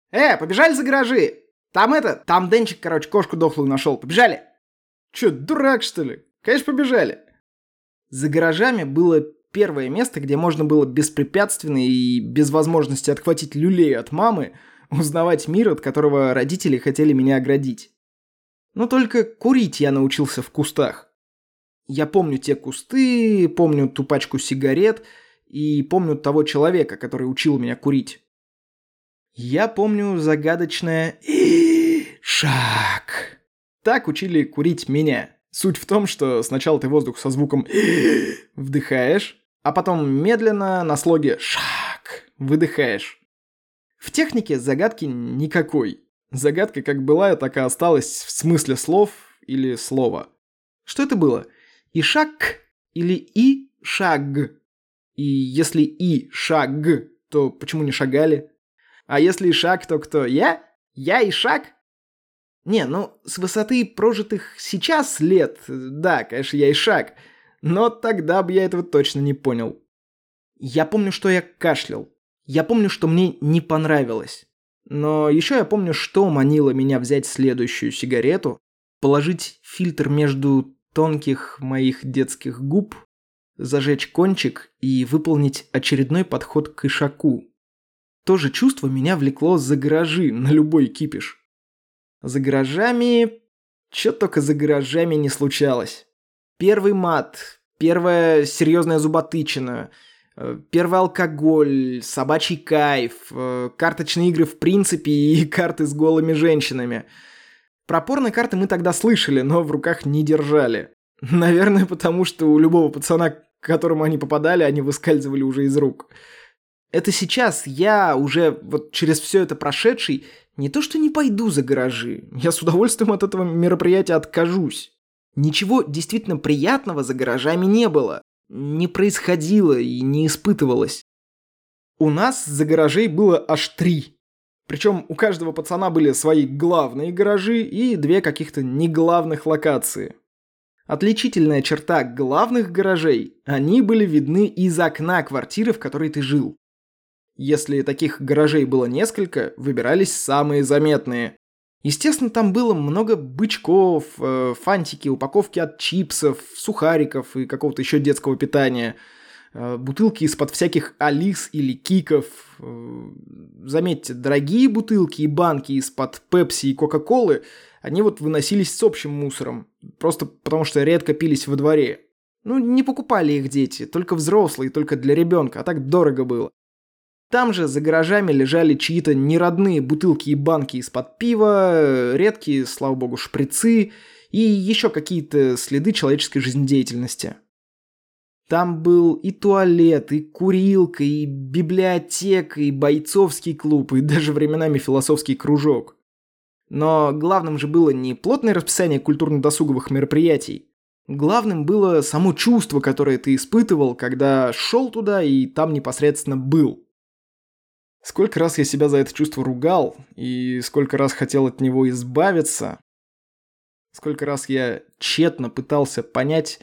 Побежали за гаражи! Там Денчик, кошку дохлую нашел. Побежали!» «Чё, дурак, что ли? Конечно, побежали!» За гаражами было первое место, где можно было беспрепятственно и без возможности отхватить люлей от мамы узнавать мир, от которого родители хотели меня оградить. Но только курить я научился в кустах. Я помню те кусты, помню ту пачку сигарет и помню того человека, который учил меня курить. Я помню загадочное «шаг». Так учили курить меня. Суть в том, что сначала ты воздух со звуком вдыхаешь, а потом медленно на слоге «шаг» выдыхаешь. В технике загадки никакой. Загадка как была, так и осталась в смысле слов или слова. Что это было? Ишак или и-шаг? И если и-шаг, то почему не шагали? А если ишак, то кто? Я? Я ишак? Не, с высоты прожитых сейчас лет, да, конечно, я ишак, но тогда бы я этого точно не понял. Я помню, что я кашлял. Я помню, что мне не понравилось. Но еще я помню, что манило меня взять следующую сигарету, положить фильтр между тонких моих детских губ, зажечь кончик и выполнить очередной подход к ишаку. То же чувство меня влекло за гаражи на любой кипиш. За гаражами... Чё только за гаражами не случалось. Первый мат, первая серьезная зуботычина, первый алкоголь, собачий кайф, карточные игры в принципе и карты с голыми женщинами. Про порно-карты мы тогда слышали, но в руках не держали. Наверное, потому что у любого пацана, к которому они попадали, они выскальзывали уже из рук. Это сейчас я, уже через все это прошедший, не то что не пойду за гаражи, я с удовольствием от этого мероприятия откажусь. Ничего действительно приятного за гаражами не было, не происходило и не испытывалось. У нас за гаражей было аж 3. Причем у каждого пацана были свои главные гаражи и 2 каких-то неглавных локации. Отличительная черта главных гаражей – они были видны из окна квартиры, в которой ты жил. Если таких гаражей было несколько, выбирались самые заметные. Естественно, там было много бычков, фантики, упаковки от чипсов, сухариков и какого-то еще детского питания, бутылки из-под всяких Алис или Киков. Заметьте, дорогие бутылки и банки из-под Пепси и Кока-Колы, они выносились с общим мусором, просто потому что редко пились во дворе. Не покупали их дети, только взрослые, только для ребенка, а так дорого было. Там же за гаражами лежали чьи-то неродные бутылки и банки из-под пива, редкие, слава богу, шприцы и еще какие-то следы человеческой жизнедеятельности. Там был и туалет, и курилка, и библиотека, и бойцовский клуб, и даже временами философский кружок. Но главным же было не плотное расписание культурно-досуговых мероприятий. Главным было само чувство, которое ты испытывал, когда шел туда и там непосредственно был. Сколько раз я себя за это чувство ругал, и сколько раз хотел от него избавиться. Сколько раз я тщетно пытался понять,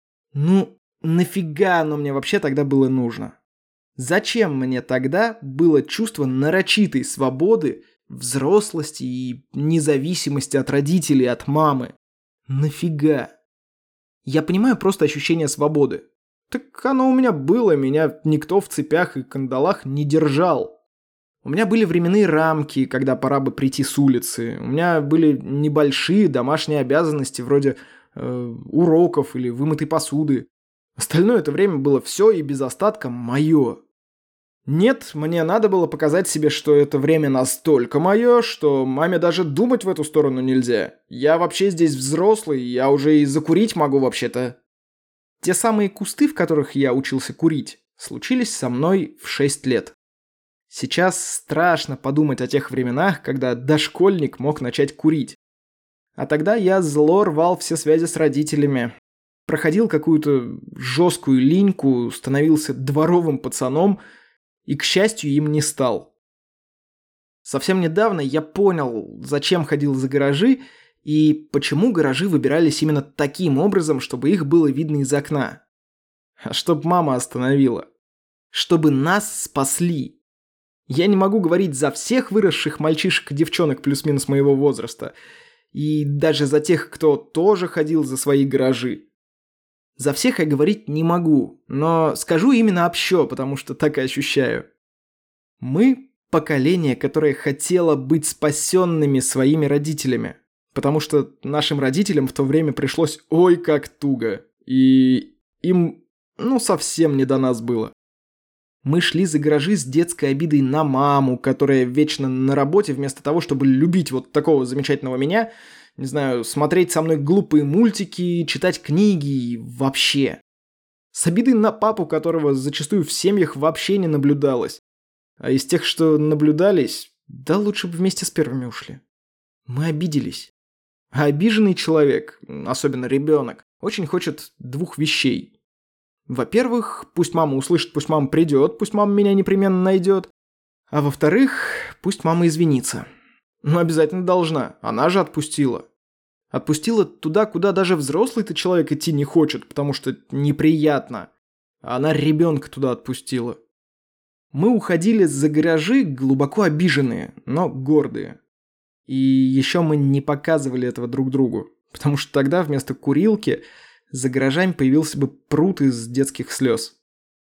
нафига оно мне вообще тогда было нужно? Зачем мне тогда было чувство нарочитой свободы, взрослости и независимости от родителей, от мамы? Нафига? Я понимаю просто ощущение свободы. Так оно у меня было, меня никто в цепях и кандалах не держал. У меня были временные рамки, когда пора бы прийти с улицы. У меня были небольшие домашние обязанности, вроде уроков или вымытой посуды. Остальное это время было все и без остатка мое. Нет, мне надо было показать себе, что это время настолько мое, что маме даже думать в эту сторону нельзя. Я вообще здесь взрослый, я уже и закурить могу вообще-то. Те самые кусты, в которых я учился курить, случились со мной в 6 лет. Сейчас страшно подумать о тех временах, когда дошкольник мог начать курить. А тогда я зло рвал все связи с родителями. Проходил какую-то жесткую линьку, становился дворовым пацаном и, к счастью, им не стал. Совсем недавно я понял, зачем ходил за гаражи и почему гаражи выбирались именно таким образом, чтобы их было видно из окна. А чтоб мама остановила. Чтобы нас спасли. Я не могу говорить за всех выросших мальчишек и девчонок плюс-минус моего возраста. И даже за тех, кто тоже ходил за свои гаражи. За всех я говорить не могу, но скажу именно общо, потому что так и ощущаю. Мы – поколение, которое хотело быть спасенными своими родителями. Потому что нашим родителям в то время пришлось ой как туго. И им, совсем не до нас было. Мы шли за гаражи с детской обидой на маму, которая вечно на работе, вместо того, чтобы любить вот такого замечательного меня, не знаю, смотреть со мной глупые мультики, читать книги и вообще. С обидой на папу, которого зачастую в семьях вообще не наблюдалось. А из тех, что наблюдались, да лучше бы вместе с первыми ушли. Мы обиделись. А обиженный человек, особенно ребенок, очень хочет двух вещей. Во-первых, пусть мама услышит, пусть мама придет, пусть мама меня непременно найдет. А во-вторых, пусть мама извинится. Ну, обязательно должна, она же отпустила. Отпустила туда, куда даже взрослый-то человек идти не хочет, потому что неприятно. А она ребенка туда отпустила. Мы уходили за гаражи глубоко обиженные, но гордые. И еще мы не показывали этого друг другу, потому что тогда вместо курилки за гаражами появился бы пруд из детских слез.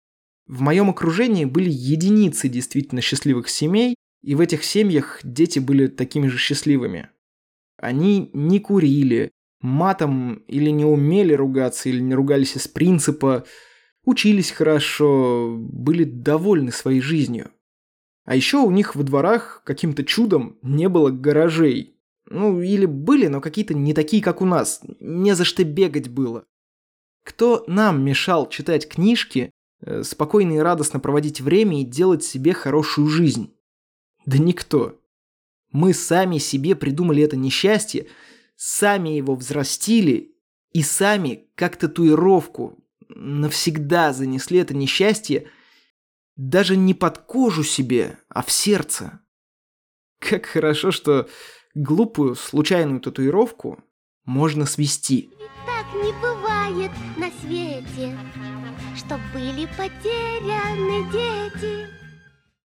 В моем окружении были единицы действительно счастливых семей, и в этих семьях дети были такими же счастливыми. Они не курили, матом или не умели ругаться, или не ругались из принципа, учились хорошо, были довольны своей жизнью. А еще у них во дворах каким-то чудом не было гаражей. Ну, или были, но какие-то не такие, как у нас. Не за что бегать было. Кто нам мешал читать книжки, спокойно и радостно проводить время и делать себе хорошую жизнь? Да никто. Мы сами себе придумали это несчастье, сами его взрастили и сами, как татуировку, навсегда занесли это несчастье даже не под кожу себе, а в сердце. Как хорошо, что глупую, случайную татуировку можно свести. Так не бывает на свете, чтоб были потеряны дети.